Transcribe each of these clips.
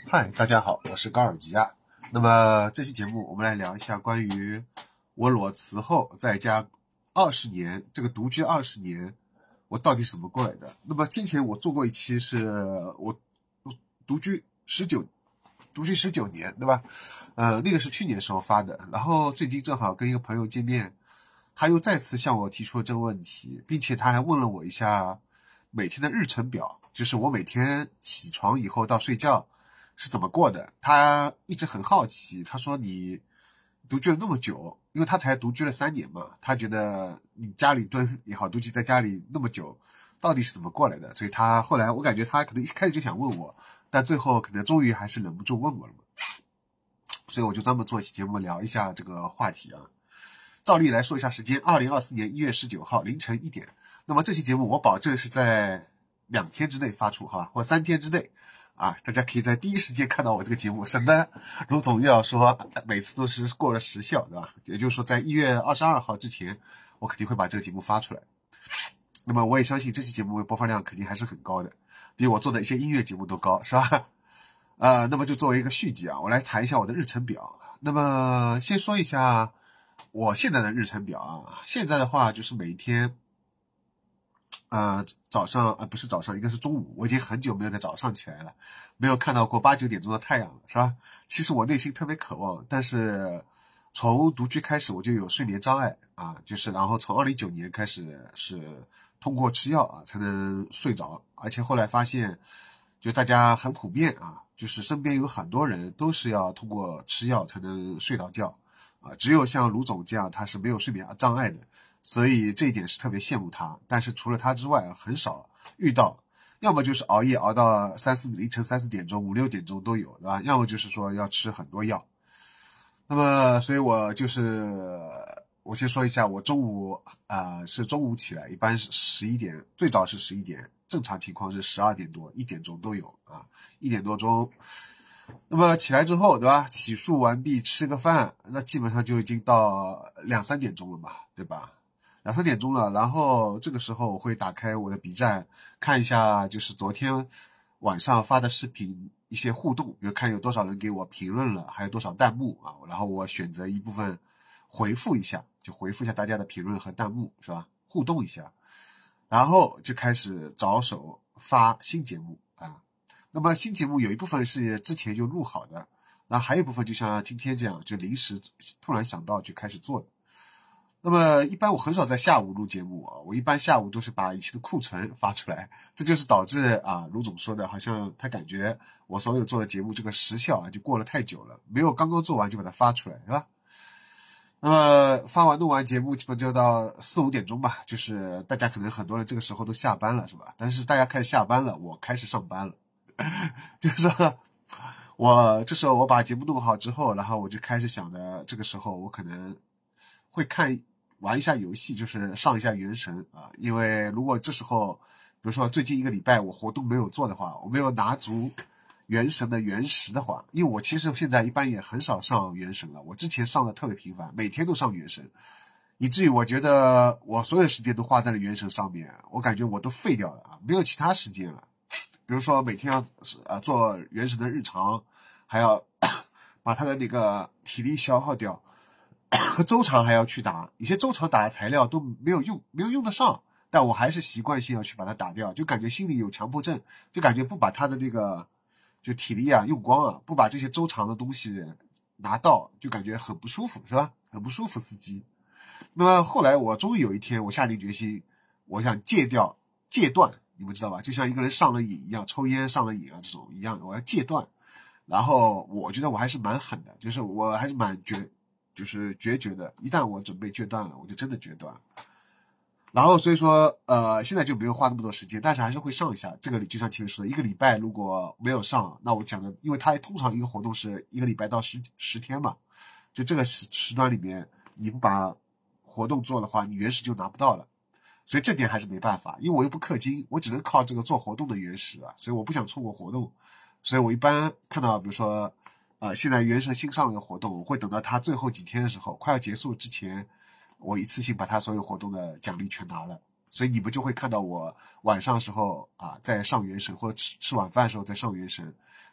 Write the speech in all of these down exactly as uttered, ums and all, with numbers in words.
嗨，大家好，我是高尔基亚。那么这期节目我们来聊一下关于我裸辞后在家二十年，这个独居二十年，我到底是怎么过来的？那么先前我做过一期是我独居十九，独居十九年，对吧？呃，那个是去年时候发的。然后最近正好跟一个朋友见面，他又再次向我提出了这个问题，并且他还问了我一下每天的日程表，就是我每天起床以后到睡觉是怎么过的。他一直很好奇，他说你独居了那么久，因为他才独居了三年嘛，他觉得你家里蹲也好，独居在家里那么久，到底是怎么过来的？所以他后来我感觉他可能一开始就想问我，但最后可能终于还是忍不住问我了嘛。所以我就专门做一期节目聊一下这个话题啊。照例来说一下时间，二零二四年一月十九号凌晨一点。那么这期节目我保证是在两天之内发出，好吧，或三天之内啊，大家可以在第一时间看到我这个节目，省得卢总又要说每次都是过了时效，对吧？也就是说，在一月二十二号之前，我肯定会把这个节目发出来。那么我也相信这期节目播放量肯定还是很高的，比我做的一些音乐节目都高，是吧？呃，那么就作为一个续集啊，我来谈一下我的日程表。那么先说一下我现在的日程表啊，现在的话就是每天，呃，早上啊、呃、不是早上，应该是中午。我已经很久没有在早上起来了，没有看到过八九点钟的太阳了，是吧？其实我内心特别渴望，但是从独居开始我就有睡眠障碍啊，就是然后从二零一九年开始是通过吃药啊才能睡着，而且后来发现，就大家很普遍啊，就是身边有很多人都是要通过吃药才能睡着觉。啊，只有像卢总这样，他是没有睡眠障碍的，所以这一点是特别羡慕他。但是除了他之外，很少遇到，要么就是熬夜熬到三四凌晨三四点钟、五六点钟都有，对吧？要么就是说要吃很多药。那么，所以我就是我先说一下，我中午啊、呃、是中午起来，一般是十一点，最早是十一点，正常情况是十二点多、一点钟都有啊，一点多钟。那么起来之后，对吧？洗漱完毕，吃个饭，那基本上就已经到两三点钟了嘛，对吧？两三点钟了，然后这个时候我会打开我的 B 站，看一下就是昨天晚上发的视频一些互动，比如看有多少人给我评论了，还有多少弹幕啊，然后我选择一部分回复一下，就回复一下大家的评论和弹幕，是吧？互动一下，然后就开始着手发新节目啊。那么新节目有一部分是之前就录好的，然后还有一部分就像今天这样，就临时突然想到就开始做的。那么一般我很少在下午录节目啊，我一般下午都是把以前的库存发出来，这就是导致啊卢总说的，好像他感觉我所有做的节目这个时效啊就过了太久了，没有刚刚做完就把它发出来，是吧？那么发完弄完节目，基本就到四五点钟吧，就是大家可能很多人这个时候都下班了，是吧？但是大家开始下班了，我开始上班了。就是说我这时候我把节目弄好之后，然后我就开始想着，这个时候我可能会看玩一下游戏，就是上一下原神啊。因为如果这时候，比如说最近一个礼拜我活动没有做的话，我没有拿足原神的原石的话，因为我其实现在一般也很少上原神了，我之前上的特别频繁，每天都上原神，以至于我觉得我所有时间都花在了原神上面，我感觉我都废掉了啊，没有其他时间了。比如说每天要呃做原神的日常，还要把他的那个体力消耗掉，和周长还要去打，有些周长打的材料都没有用，没有用得上，但我还是习惯性要去把它打掉，就感觉心里有强迫症，就感觉不把他的那个就体力啊用光啊，不把这些周长的东西拿到，就感觉很不舒服，是吧？很不舒服，司机。那么后来我终于有一天，我下定决心，我想戒掉戒断。你们知道吧？就像一个人上了瘾一样，抽烟上了瘾啊这种一样，我要戒断。然后我觉得我还是蛮狠的，就是我还是蛮决，就是决绝的。一旦我准备决断了，我就真的决断了。然后所以说，呃，现在就没有花那么多时间，但是还是会上一下。这个就像前面说的，一个礼拜如果没有上，那我讲的，因为它通常一个活动是一个礼拜到十十天嘛，就这个时时段里面，你不把活动做的话，你原始就拿不到了。所以这点还是没办法，因为我又不氪金，我只能靠这个做活动的原始啊，所以我不想错过活动，所以我一般看到，比如说，呃，现在原神新上了一个活动，我会等到它最后几天的时候，快要结束之前，我一次性把它所有活动的奖励全拿了，所以你们就会看到我晚上时候啊，在上原神或者吃吃晚饭的时候在上原神，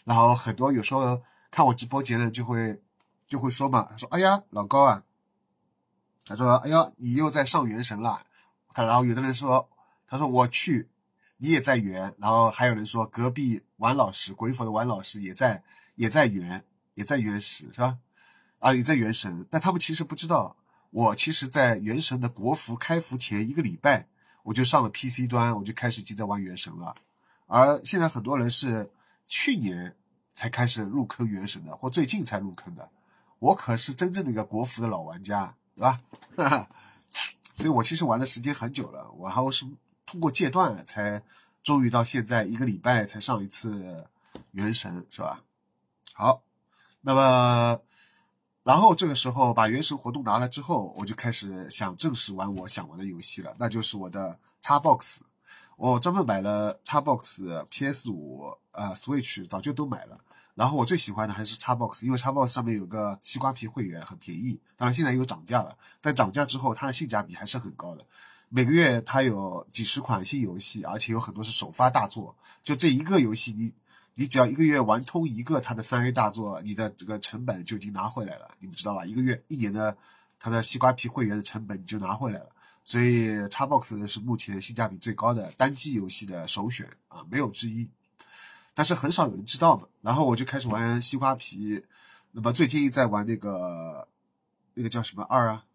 然后很多有时候看我直播间的人就会就会说嘛，他说：“哎呀，老高啊，他说：哎呀，你又在上原神了。”他然后有的人说，他说我去，你也在原，然后还有人说隔壁王老师，鬼佛的王老师也在也在原，也在原石是吧？啊，也在原神，但他们其实不知道，我其实在原神的国服开服前一个礼拜，我就上了 P C 端，我就开始已经在玩原神了。而现在很多人是去年才开始入坑原神的，或最近才入坑的，我可是真正的一个国服的老玩家，对吧？所以我其实玩的时间很久了，我还是通过戒断才终于到现在一个礼拜才上一次原神，是吧？好，那么然后这个时候把原神活动拿了之后，我就开始想正式玩我想玩的游戏了，那就是我的 Xbox。我专门买了 Xbox、P S 五、呃 Switch 早就都买了。然后我最喜欢的还是 Xbox，因为 Xbox 上面有个西瓜皮会员，很便宜。当然现在又涨价了，但涨价之后它的性价比还是很高的。每个月它有几十款新游戏，而且有很多是首发大作。就这一个游戏你，你只要一个月玩通一个它的三 A 大作，你的这个成本就已经拿回来了，你们知道吧？一个月一年的它的西瓜皮会员的成本你就拿回来了。所以 Xbox 是目前性价比最高的单机游戏的首选啊，没有之一。但是很少有人知道嘛。然后我就开始玩西瓜皮，那么最近在玩那个那个叫什么二啊？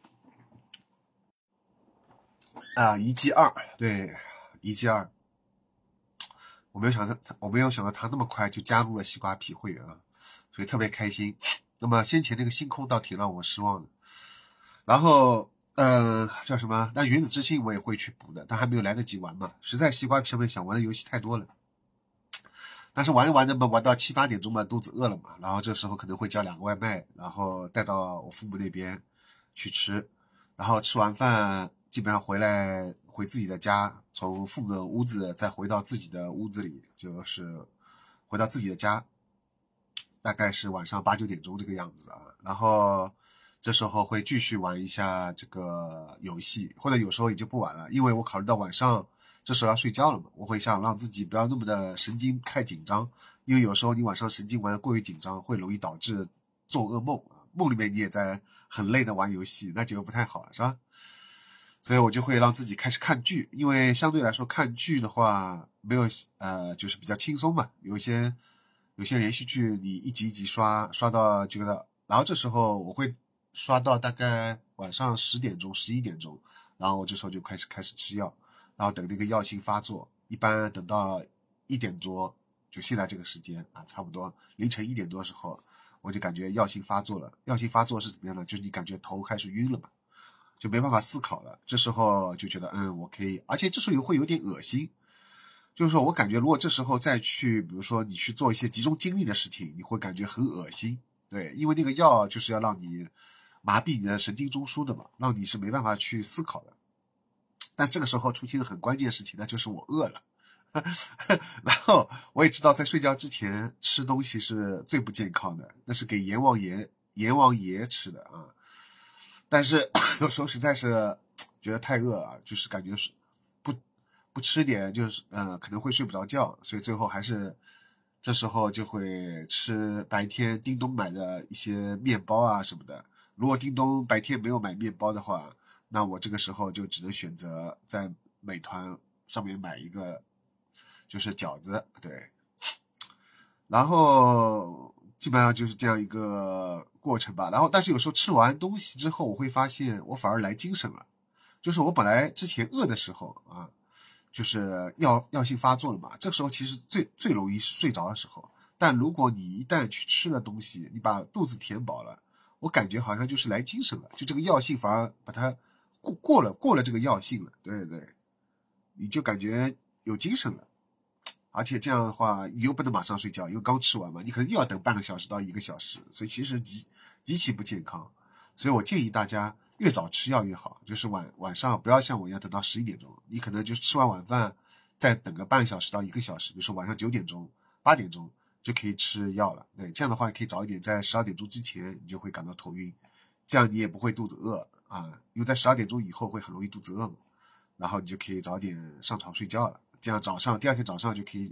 啊，遗迹二，对，遗迹二。我没有想到他，我没有想到他那么快就加入了西瓜皮会员啊，所以特别开心。那么先前那个星空倒挺让我失望的。然后呃叫什么？那原子之心我也会去补的，但还没有来得及玩嘛。实在西瓜皮上面想玩的游戏太多了。但是玩着玩着嘛，玩到七八点钟嘛，肚子饿了嘛，然后这时候可能会叫两个外卖，然后带到我父母那边去吃，然后吃完饭基本上回来回自己的家，从父母的屋子再回到自己的屋子里，就是回到自己的家，大概是晚上八九点钟这个样子啊，然后这时候会继续玩一下这个游戏，或者有时候也就不玩了，因为我考虑到晚上这时候要睡觉了嘛，我会想让自己不要那么的神经太紧张，因为有时候你晚上神经玩得过于紧张，会容易导致做噩梦啊，梦里面你也在很累的玩游戏，那就不太好了，是吧？所以我就会让自己开始看剧，因为相对来说看剧的话没有呃就是比较轻松嘛，有一些有些连续剧你一集一集刷刷到觉得，然后这时候我会刷到大概晚上十点钟十一点钟，然后我这时候就开始开始吃药，然后等那个药性发作，一般等到一点多，就现在这个时间啊，差不多凌晨一点多的时候，我就感觉药性发作了。药性发作是怎么样呢？就是你感觉头开始晕了嘛，就没办法思考了。这时候就觉得，嗯，我可以，而且这时候会有点恶心。就是说我感觉，如果这时候再去，比如说你去做一些集中精力的事情，你会感觉很恶心。对，因为那个药就是要让你麻痹你的神经中枢的嘛，让你是没办法去思考的。但这个时候出现了很关键的事情，那就是我饿了。然后我也知道，在睡觉之前吃东西是最不健康的，那是给阎王爷阎王爷吃的啊。但是有时候实在是觉得太饿啊，就是感觉是不不吃点就是呃可能会睡不着觉，所以最后还是这时候就会吃白天叮咚买的一些面包啊什么的。如果叮咚白天没有买面包的话，那我这个时候就只能选择在美团上面买一个就是饺子，对，然后基本上就是这样一个过程吧。然后但是有时候吃完东西之后，我会发现我反而来精神了，就是我本来之前饿的时候啊，就是药药性发作了嘛，这个时候其实最最容易睡着的时候。但如果你一旦去吃了东西，你把肚子填饱了，我感觉好像就是来精神了，就这个药性反而把它过过了过了这个药性了，对对，你就感觉有精神了。而且这样的话，你又不能马上睡觉，因为刚吃完嘛，你可能又要等半个小时到一个小时，所以其实极极其不健康。所以我建议大家越早吃药越好，就是晚晚上不要像我一样等到十一点钟，你可能就吃完晚饭再等个半小时到一个小时，比如说晚上九点钟、八点钟就可以吃药了。对，这样的话可以早一点，在十二点钟之前你就会感到头晕，这样你也不会肚子饿啊，因为在十二点钟以后会很容易肚子饿嘛，然后你就可以早点上床睡觉了。这样早上第二天早上就可以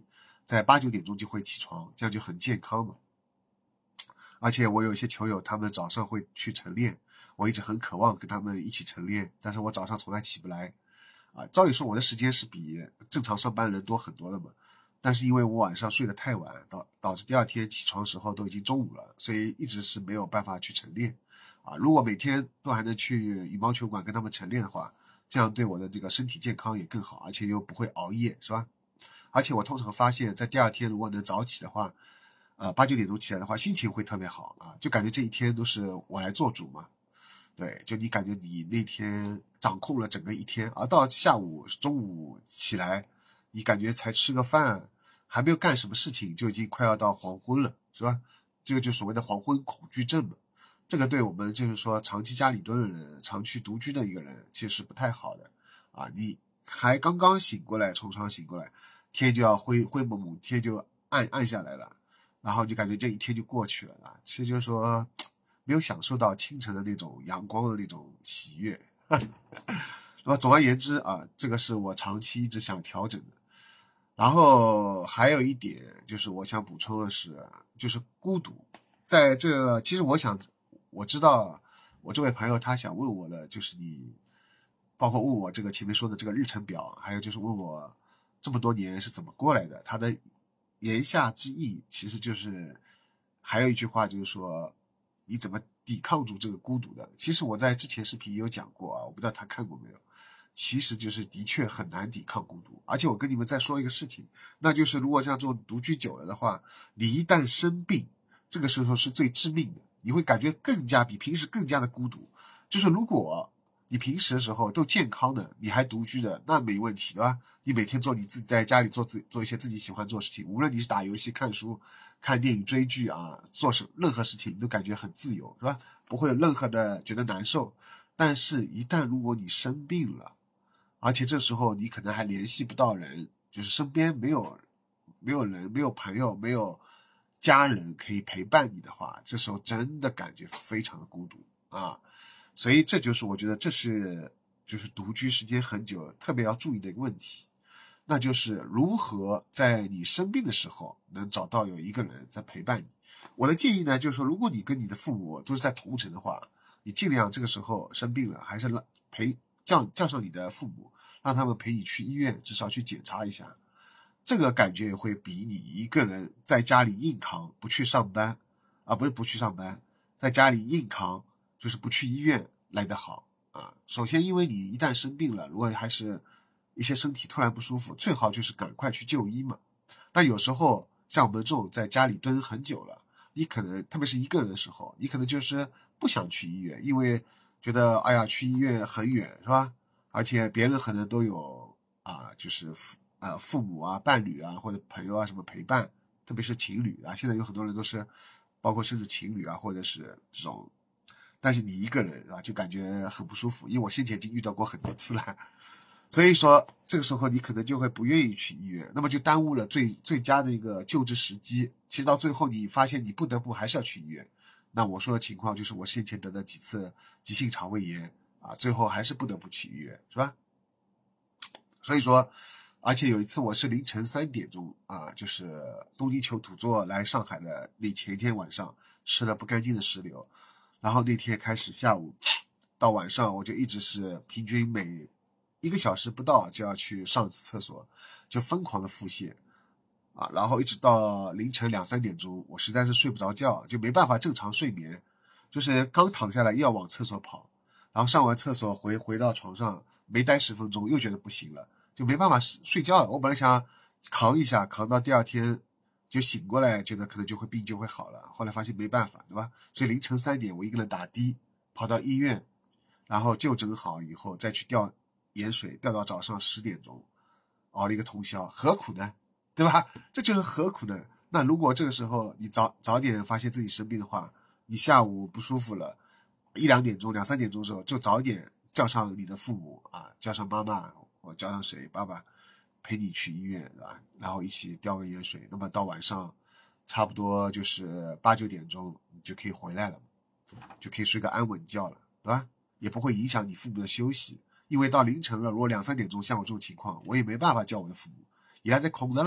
在八九点钟就会起床，这样就很健康嘛。而且我有一些球友，他们早上会去晨练，我一直很渴望跟他们一起晨练，但是我早上从来起不来。啊，照理说我的时间是比正常上班人多很多的嘛，但是因为我晚上睡得太晚，导导致第二天起床时候都已经中午了，所以一直是没有办法去晨练。啊，如果每天都还能去羽毛球馆跟他们晨练的话，这样对我的这个身体健康也更好，而且又不会熬夜，是吧？而且我通常发现，在第二天如果能早起的话，呃，八九点钟起来的话，心情会特别好啊，就感觉这一天都是我来做主嘛。对，就你感觉你那天掌控了整个一天，而到下午、中午起来，你感觉才吃个饭，还没有干什么事情，就已经快要到黄昏了，是吧？这个就所谓的黄昏恐惧症嘛。这个对我们就是说长期家里蹲的人，长期独居的一个人，其实是不太好的啊。你还刚刚醒过来，从床醒过来，天就要灰灰蒙蒙，天就暗暗下来了，然后就感觉这一天就过去了啊。其实就是说，没有享受到清晨的那种阳光的那种喜悦。那么总而言之啊，这个是我长期一直想调整的。然后还有一点就是我想补充的是，就是孤独。在这其实我想我知道我这位朋友他想问我的就是你包括问我这个前面说的这个日程表，还有就是问我这么多年是怎么过来的，他的言下之意其实就是还有一句话，就是说你怎么抵抗住这个孤独的。其实我在之前视频也有讲过啊，我不知道他看过没有。其实就是的确很难抵抗孤独。而且我跟你们再说一个事情，那就是如果像这种独居久了的话，你一旦生病，这个时候是最致命的，你会感觉更加比平时更加的孤独。就是如果你平时的时候都健康的，你还独居的，那没问题，对吧？你每天做你自己在家里做自做一些自己喜欢做的事情，无论你是打游戏、看书、看电影、追剧啊，做什任何事情你都感觉很自由，是吧？不会有任何的觉得难受。但是一旦如果你生病了，而且这时候你可能还联系不到人，就是身边没有没有人，没有朋友，没有家人可以陪伴你的话，这时候真的感觉非常的孤独啊。所以这就是我觉得这是就是独居时间很久特别要注意的一个问题，那就是如何在你生病的时候能找到有一个人在陪伴你。我的建议呢，就是说如果你跟你的父母都是在同城的话，你尽量这个时候生病了还是陪叫叫上你的父母，让他们陪你去医院，至少去检查一下。这个感觉也会比你一个人在家里硬扛不去上班啊，不是不去上班，在家里硬扛就是不去医院来得好啊。首先因为你一旦生病了，如果还是一些身体突然不舒服，最好就是赶快去就医嘛。但有时候像我们这种在家里蹲很久了，你可能特别是一个人的时候，你可能就是不想去医院，因为觉得哎呀去医院很远，是吧？而且别人可能都有啊，就是呃父母啊、伴侣啊或者朋友啊什么陪伴，特别是情侣啊，现在有很多人都是，包括甚至情侣啊，或者是这种，但是你一个人啊就感觉很不舒服，因为我先前已经遇到过很多次了。所以说这个时候你可能就会不愿意去医院，那么就耽误了最最佳的一个救治时机。其实到最后你发现你不得不还是要去医院。那我说的情况就是我先前得的几次急性肠胃炎啊，最后还是不得不去医院，是吧？所以说，而且有一次我是凌晨三点钟啊，就是东京求土座来上海的那前一天晚上吃了不干净的石榴，然后那天开始下午到晚上我就一直是平均每一个小时不到就要去上一次厕所，就疯狂的腹泻啊，然后一直到凌晨两三点钟，我实在是睡不着觉，就没办法正常睡眠，就是刚躺下来又要往厕所跑，然后上完厕所回回到床上没待十分钟又觉得不行了，就没办法睡觉了。我本来想扛一下，扛到第二天就醒过来，觉得可能就会病就会好了，后来发现没办法，对吧？所以凌晨三点我一个人打的跑到医院，然后就诊好以后再去吊盐水，吊到早上十点钟，熬了一个通宵，何苦呢？对吧？这就是何苦呢？那如果这个时候你早早点发现自己生病的话，你下午不舒服了，一两点钟、两三点钟的时候，就早点叫上你的父母啊，叫上妈妈或叫上谁，爸爸陪你去医院啊，然后一起吊个盐水。那么到晚上差不多就是八九点钟，你就可以回来了，就可以睡个安稳觉了，对吧？也不会影响你父母的休息，因为到凌晨了，如果两三点钟像我这种情况，我也没办法叫我的父母，也还在空着了，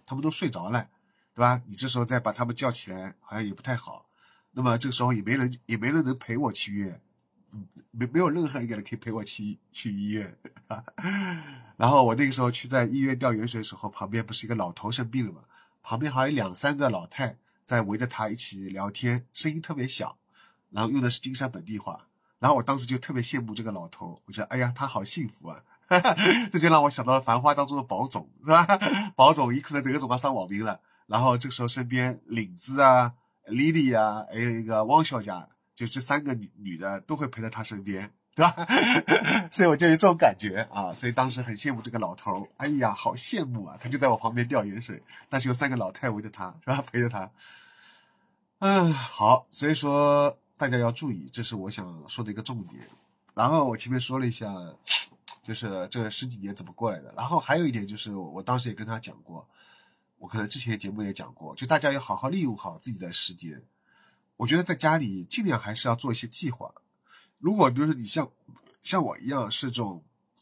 他们都睡着了，对吧？你这时候再把他们叫起来，好像也不太好。那么这个时候也没人，也没人能陪我去医院，没没有任何一个人可以陪我去去医院。然后我那个时候去在医院吊盐水的时候，旁边不是一个老头生病了嘛，旁边还有两三个老太在围着他一起聊天，声音特别小，然后用的是金山本地话。然后我当时就特别羡慕这个老头，我觉得哎呀，他好幸福啊。这就让我想到了《繁花》当中的宝总，是吧？宝总一可能得总要上网名了，然后这个时候身边领子啊、莉莉啊，还有一个汪小姐，就这三个女女的都会陪在他身边，对吧？所以我就有这种感觉啊，所以当时很羡慕这个老头，哎呀，好羡慕啊！他就在我旁边吊盐水，但是有三个老太围着他，是吧？陪着他。嗯，好，所以说大家要注意，这是我想说的一个重点。然后我前面说了一下，就是这十几年怎么过来的。然后还有一点就是，我当时也跟他讲过，我可能之前节目也讲过，就大家要好好利用好自己的时间。我觉得在家里尽量还是要做一些计划。如果比如说你像像我一样是这种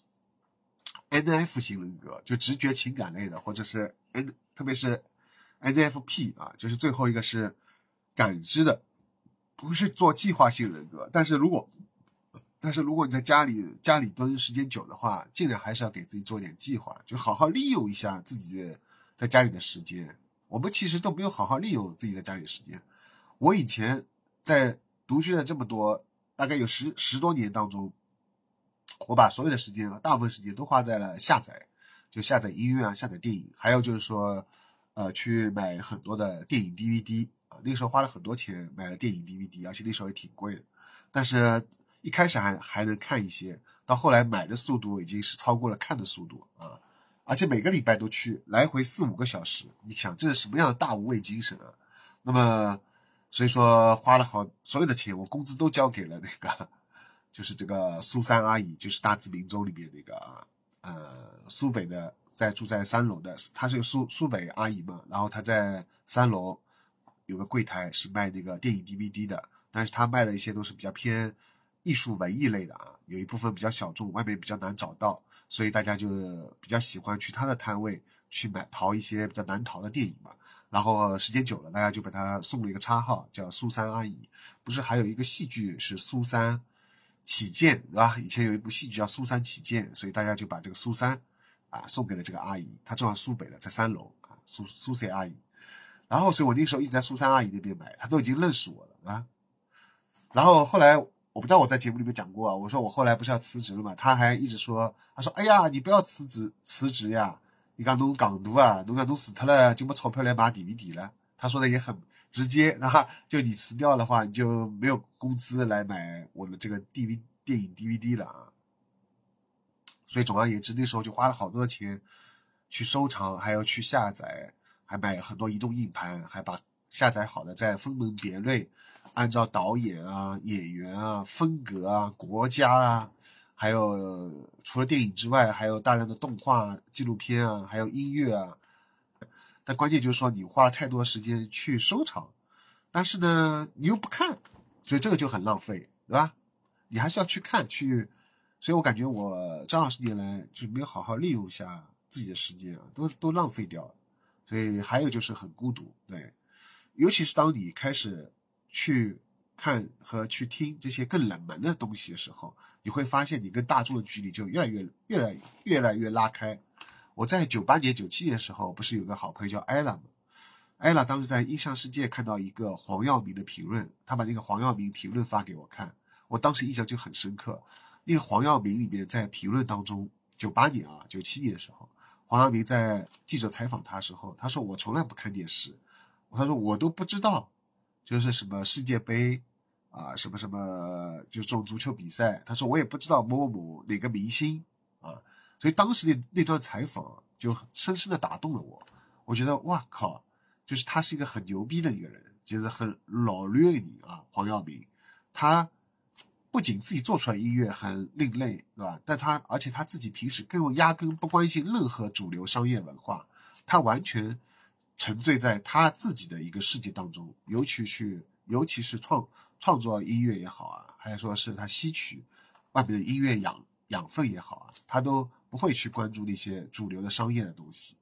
N F 型人格，就直觉情感类的，或者是 N， 特别是 N F P 啊，就是最后一个是感知的，不是做计划性人格。但是如果但是如果你在家里家里蹲时间久的话，尽量还是要给自己做点计划，就好好利用一下自己在家里的时间。我们其实都没有好好利用自己在家里的时间。我以前在独居了这么多，大概有十十多年当中，我把所有的时间，大部分时间都花在了下载，就下载音乐啊，下载电影，还有就是说，呃，去买很多的电影 D V D 啊。那个时候花了很多钱买了电影 D V D，而且那时候也挺贵的。但是一开始还还能看一些，到后来买的速度已经是超过了看的速度啊！而且每个礼拜都去，来回四五个小时，你想这是什么样的大无畏精神啊？那么，所以说花了好所有的钱，我工资都交给了那个，就是这个苏三阿姨，就是大字民州里面那个呃苏北的，在住在三楼的，她是个苏苏北阿姨嘛，然后她在三楼有个柜台是卖那个电影 D V D 的。但是他卖的一些都是比较偏艺术文艺类的啊，有一部分比较小众，外面比较难找到，所以大家就比较喜欢去他的摊位去买淘一些比较难淘的电影嘛。然后时间久了，大家就把他送了一个叉号，叫苏三阿姨。不是还有一个戏剧是苏三起见，对吧？以前有一部戏剧叫苏三起见，所以大家就把这个苏三啊送给了这个阿姨。她正好苏北的，在三楼啊，苏苏 C 阿姨。然后，所以我那时候一直在苏三阿姨那边买，她都已经认识我了啊。然后后来我不知道我在节目里面讲过啊，我说我后来不是要辞职了嘛，他还一直说，他说哎呀你不要辞职辞职呀，你讲侬港独啊，侬讲侬死脱了就没钞票来买 D V D 了。他说的也很直接啊，就你辞掉的话，你就没有工资来买我的这个 D V 电影 D V D 了啊。所以总而言之，那时候就花了好多钱去收藏，还要去下载，还买很多移动硬盘，还把下载好的再分门别类。按照导演啊、演员啊、风格啊、国家啊，还有除了电影之外，还有大量的动画、纪录片啊，还有音乐啊。但关键就是说，你花了太多时间去收藏，但是呢，你又不看，所以这个就很浪费，对吧？你还是要去看去，所以我感觉我这二十年来就没有好好利用一下自己的时间啊，都都浪费掉了。所以还有就是很孤独，对，尤其是当你开始去看和去听这些更冷门的东西的时候，你会发现你跟大众的距离就越来越越来越来越拉开。我在九八年九七年的时候，不是有个好朋友叫艾拉吗？艾拉当时在音像世界看到一个黄耀明的评论，他把那个黄耀明评论发给我看，我当时印象就很深刻。那个黄耀明里面在评论当中，九八年啊九七年的时候，黄耀明在记者采访他的时候，他说我从来不看电视，他说我都不知道就是什么世界杯啊，什么什么，就是这种足球比赛。他说我也不知道某某某哪个明星啊，所以当时那那段采访就深深的打动了我。我觉得哇靠，就是他是一个很牛逼的一个人，就是很老略你啊，黄耀明，他不仅自己做出来音乐很另类，对吧？但他而且他自己平时根本压根不关心任何主流商业文化，他完全沉醉在他自己的一个世界当中，尤其去，尤其是创创作音乐也好啊，还是说是他吸取外面的音乐养养分也好啊，他都不会去关注那些主流的商业的东西。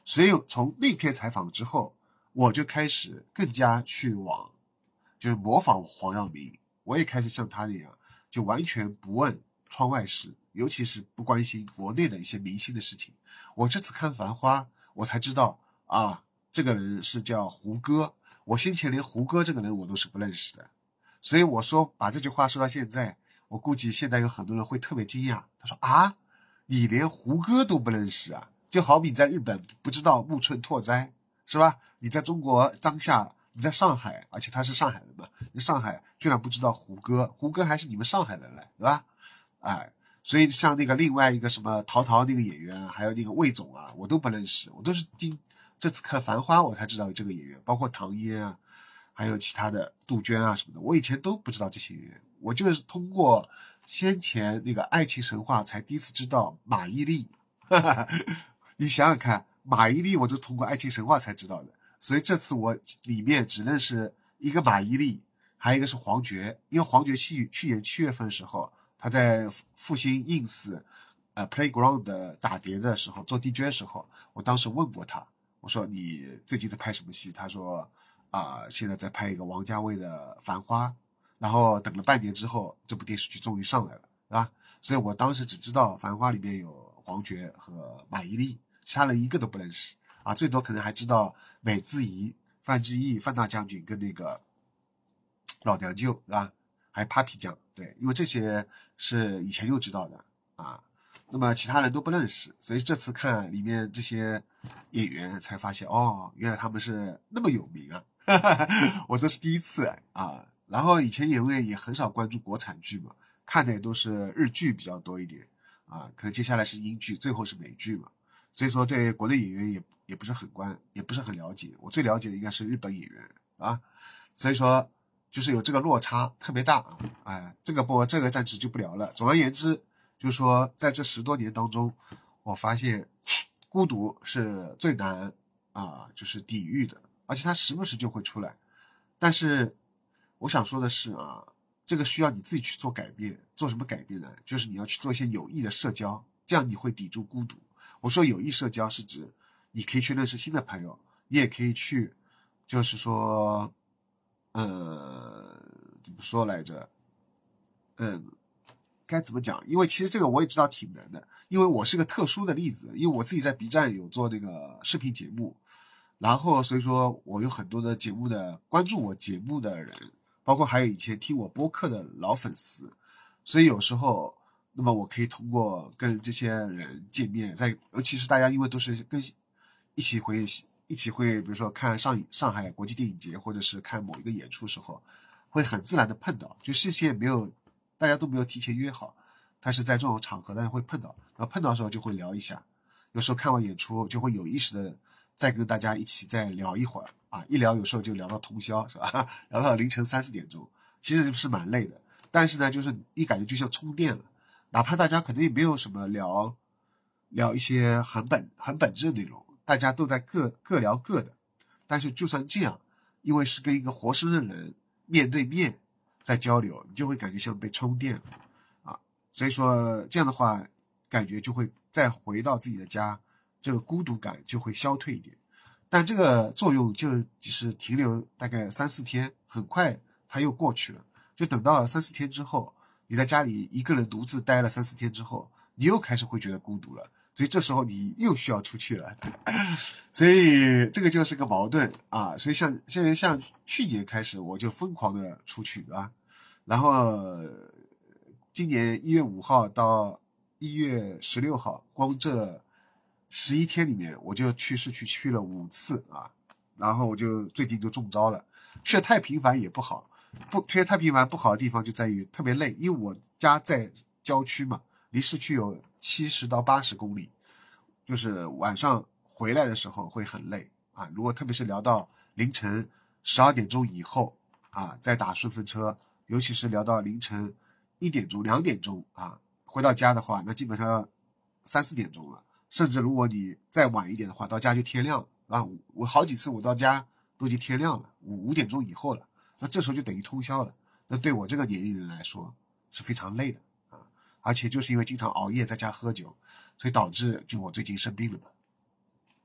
所以从那篇采访之后，我就开始更加去往就是模仿黄耀明，我也开始像他那样，就完全不问窗外事，尤其是不关心国内的一些明星的事情。我这次看《繁花》，我才知道啊，这个人是叫胡歌，我先前连胡歌这个人我都是不认识的。所以我说把这句话说到现在，我估计现在有很多人会特别惊讶，他说啊，你连胡歌都不认识啊？就好比在日本不知道木村拓哉，是吧？你在中国当下，你在上海，而且他是上海人嘛，你上海居然不知道胡歌，胡歌还是你们上海人来，对吧？哎，所以像那个另外一个什么陶陶那个演员，还有那个魏总啊，我都不认识，我都是今这次看《繁花》我才知道这个演员，包括唐嫣啊，还有其他的杜鹃啊什么的，我以前都不知道这些演员，我就是通过先前那个《爱情神话》才第一次知道马伊琍。你想想看，马伊琍我都通过《爱情神话》才知道的，所以这次我里面只认识一个马伊琍，还有一个是黄觉，因为黄觉去去年七月份的时候，他在复兴 ins 呃 playground 的打碟的时候做 D J 的时候，我当时问过他，我说你最近在拍什么戏？他说啊、呃，现在在拍一个王家卫的《繁花》，然后等了半年之后，这部电视剧终于上来了，是吧？所以我当时只知道《繁花》里面有黄觉和马伊琍，其他人一个都不认识啊，最多可能还知道美滋怡、范志毅、范大将军跟那个老娘舅，是吧？还有 Papi 酱，对，因为这些是以前就知道的啊。那么其他人都不认识，所以这次看里面这些演员才发现，哦，原来他们是那么有名啊！我都是第一次啊。然后以前因为也很少关注国产剧嘛，看的也都是日剧比较多一点啊，可能接下来是英剧，最后是美剧嘛，所以说对国内演员也也不是很关，也不是很了解。我最了解的应该是日本演员啊，所以说就是有这个落差特别大啊。哎，这个不，这个暂时就不聊了。总而言之，就是说在这十多年当中，我发现孤独是最难啊，就是抵御的，而且它时不时就会出来。但是我想说的是啊，这个需要你自己去做改变。做什么改变呢？就是你要去做一些有益的社交，这样你会抵住孤独。我说有益社交是指你可以去认识新的朋友，你也可以去就是说呃怎么说来着嗯该怎么讲？因为其实这个我也知道挺难的，因为我是个特殊的例子，因为我自己在 B 站有做那个视频节目，然后所以说我有很多的节目的关注我节目的人，包括还有以前听我播客的老粉丝，所以有时候那么我可以通过跟这些人见面，在尤其是大家因为都是跟一起会一起会比如说看上上海国际电影节，或者是看某一个演出时候，会很自然的碰到，就事先也没有大家都没有提前约好，但是在这种场合大家会碰到，然后碰到的时候就会聊一下，有时候看完演出就会有意识的再跟大家一起再聊一会儿啊，一聊有时候就聊到通宵，是吧？聊到凌晨三四点钟，其实是蛮累的，但是呢，就是一感觉就像充电了，哪怕大家可能也没有什么聊聊一些很本很本质的内容，大家都在各各聊各的，但是就算这样，因为是跟一个活生生的人面对面在交流，你就会感觉像被充电了啊，所以说这样的话，感觉就会再回到自己的家，这个孤独感就会消退一点，但这个作用就只是停留大概三四天，很快它又过去了。就等到三四天之后，你在家里一个人独自待了三四天之后，你又开始会觉得孤独了，所以这时候你又需要出去了，所以这个就是个矛盾啊。所以像现在像去年开始我就疯狂的出去啊，然后今年一月五号到一月十六号，光这十一天里面，我就去市区去了五次啊，然后我就最近就中招了，去的太频繁也不好，不去的太频繁不好的地方就在于特别累，因为我家在郊区嘛，离市区有七十到八十公里，就是晚上回来的时候会很累啊。如果特别是聊到凌晨十二点钟以后啊，再打顺风车，尤其是聊到凌晨一点钟、两点钟啊，回到家的话，那基本上三四点钟了。甚至如果你再晚一点的话，到家就天亮了啊！我好几次我到家都已经天亮了，五五点钟以后了，那这时候就等于通宵了。那对我这个年龄人来说是非常累的啊！而且就是因为经常熬夜在家喝酒，所以导致就我最近生病了嘛。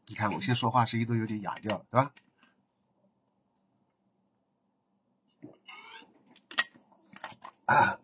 你看我现在说话声音都有点哑掉了，对吧？啊，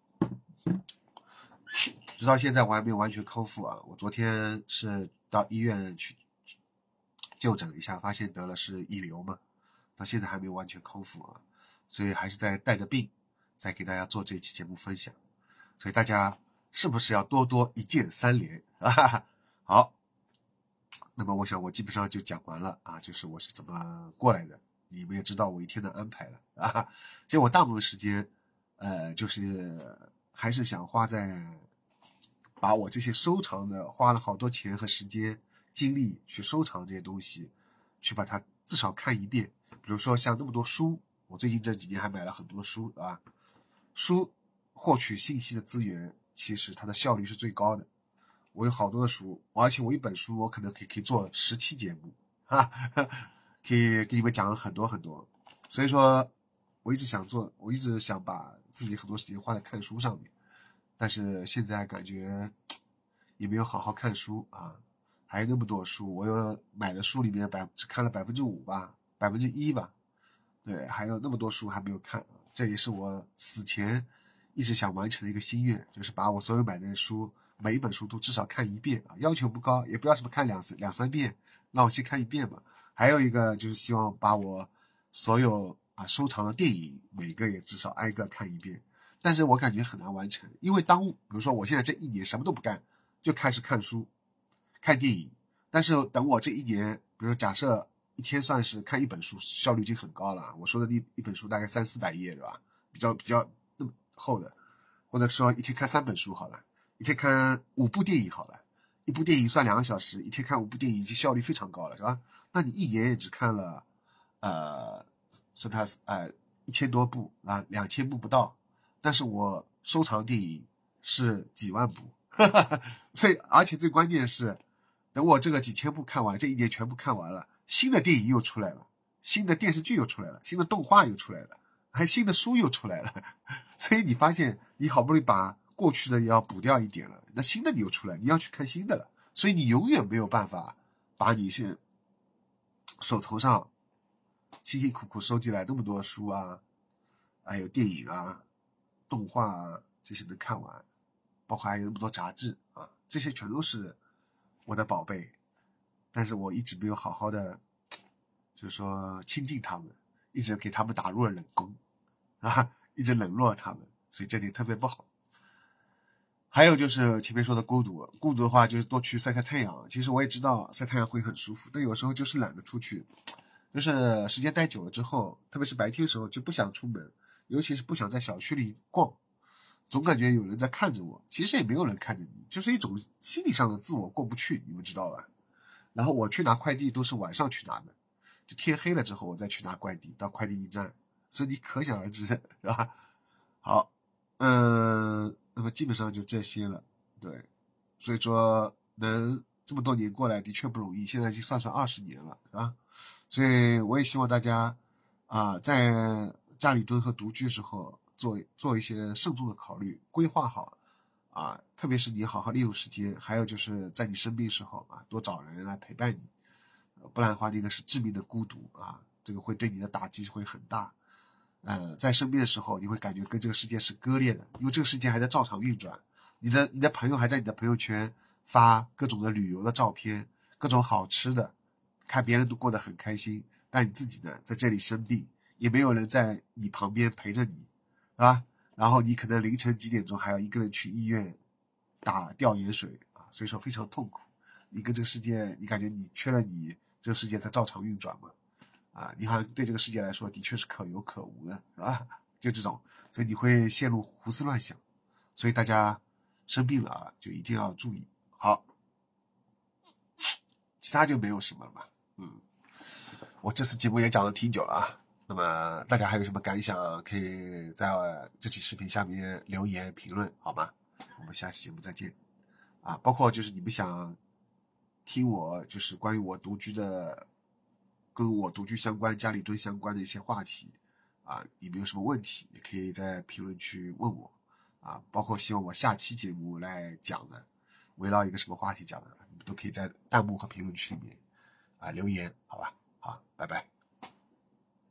直到现在我还没有完全康复啊！我昨天是到医院去就诊了一下，发现得了是乙流嘛，到现在还没有完全康复啊，所以还是在带着病，在给大家做这一期节目分享。所以大家是不是要多多一键三连啊？好，那么我想我基本上就讲完了啊，就是我是怎么过来的，你们也知道我一天的安排了啊。其实我大部分时间，呃，就是还是想花在把我这些收藏的，花了好多钱和时间精力去收藏这些东西，去把它至少看一遍。比如说像那么多书，我最近这几年还买了很多书啊。书获取信息的资源，其实它的效率是最高的。我有好多的书，而且我一本书我可能可以可以做十期节目啊，可以给你们讲很多很多。所以说，我一直想做，我一直想把自己很多时间花在看书上面，但是现在感觉也没有好好看书啊，还有那么多书，我有买的书里面百只看了百分之五吧，百分之一吧，对，还有那么多书还没有看，这也是我死前一直想完成的一个心愿，就是把我所有买的书，每一本书都至少看一遍啊，要求不高，也不要什么看两两三遍，让我先看一遍嘛。还有一个就是希望把我所有啊收藏的电影每个也至少挨个看一遍，但是我感觉很难完成，因为当比如说我现在这一年什么都不干，就开始看书、看电影，但是等我这一年，比如假设一天算是看一本书，效率已经很高了。我说的一一本书大概三四百页，对吧？比较比较那么厚的，或者说一天看三本书好了，一天看五部电影好了，一部电影算两个小时，一天看五部电影，已经效率非常高了，是吧？那你一年也只看了，呃，是它呃一千多部啊，两千部不到，但是我收藏电影是几万部，所以而且最关键是，等我这个几千部看完，这一年全部看完了，新的电影又出来了，新的电视剧又出来了，新的动画又出来了，还新的书又出来了，所以你发现你好不容易把过去的要补掉一点了，那新的你又出来，你要去看新的了，所以你永远没有办法把你现手头上辛辛苦苦收集来那么多书啊，还有电影啊、动画啊这些能看完，包括还有那么多杂志啊，这些全都是我的宝贝，但是我一直没有好好的，就是说亲近他们，一直给他们打入了冷宫啊，一直冷落他们，所以这点特别不好。还有就是前面说的孤独，孤独的话就是多去晒晒太阳。其实我也知道晒太阳会很舒服，但有时候就是懒得出去，就是时间待久了之后，特别是白天的时候就不想出门，尤其是不想在小区里逛，总感觉有人在看着我。其实也没有人看着你，就是一种心理上的自我过不去，你们知道吧？然后我去拿快递都是晚上去拿的，就天黑了之后我再去拿快递，到快递驿站，所以你可想而知，是吧？好，嗯，那么基本上就这些了，对，所以说能这么多年过来的确不容易，现在已经算算二十年了，是吧？所以我也希望大家啊，在家里蹲和独居的时候做做一些慎重的考虑，规划好啊，特别是你好好利用时间，还有就是在你生病的时候啊，多找人来陪伴你，不然的话，那个是致命的孤独啊，这个会对你的打击会很大。呃，在生病的时候，你会感觉跟这个世界是割裂的，因为这个世界还在照常运转，你的你的朋友还在你的朋友圈发各种的旅游的照片，各种好吃的，看别人都过得很开心，但你自己呢，在这里生病，也没有人在你旁边陪着你，是吧？然后你可能凌晨几点钟还要一个人去医院打吊盐水啊，所以说非常痛苦。你跟这个世界，你感觉你缺了你，这个世界才照常运转嘛？啊，你好像对这个世界来说的确是可有可无的，是吧？就这种，所以你会陷入胡思乱想。所以大家生病了啊，就一定要注意。好，其他就没有什么了吧？嗯，我这次节目也讲了挺久了啊。那么大家还有什么感想，可以在这期视频下面留言评论，好吗？我们下期节目再见。啊，包括就是你们想听我就是关于我独居的。跟我独居相关、家里蹲相关的一些话题，啊，你们有什么问题，也可以在评论区问我，啊，包括希望我下期节目来讲的，围绕一个什么话题讲的，你们都可以在弹幕和评论区里面啊留言，好吧？好，拜拜。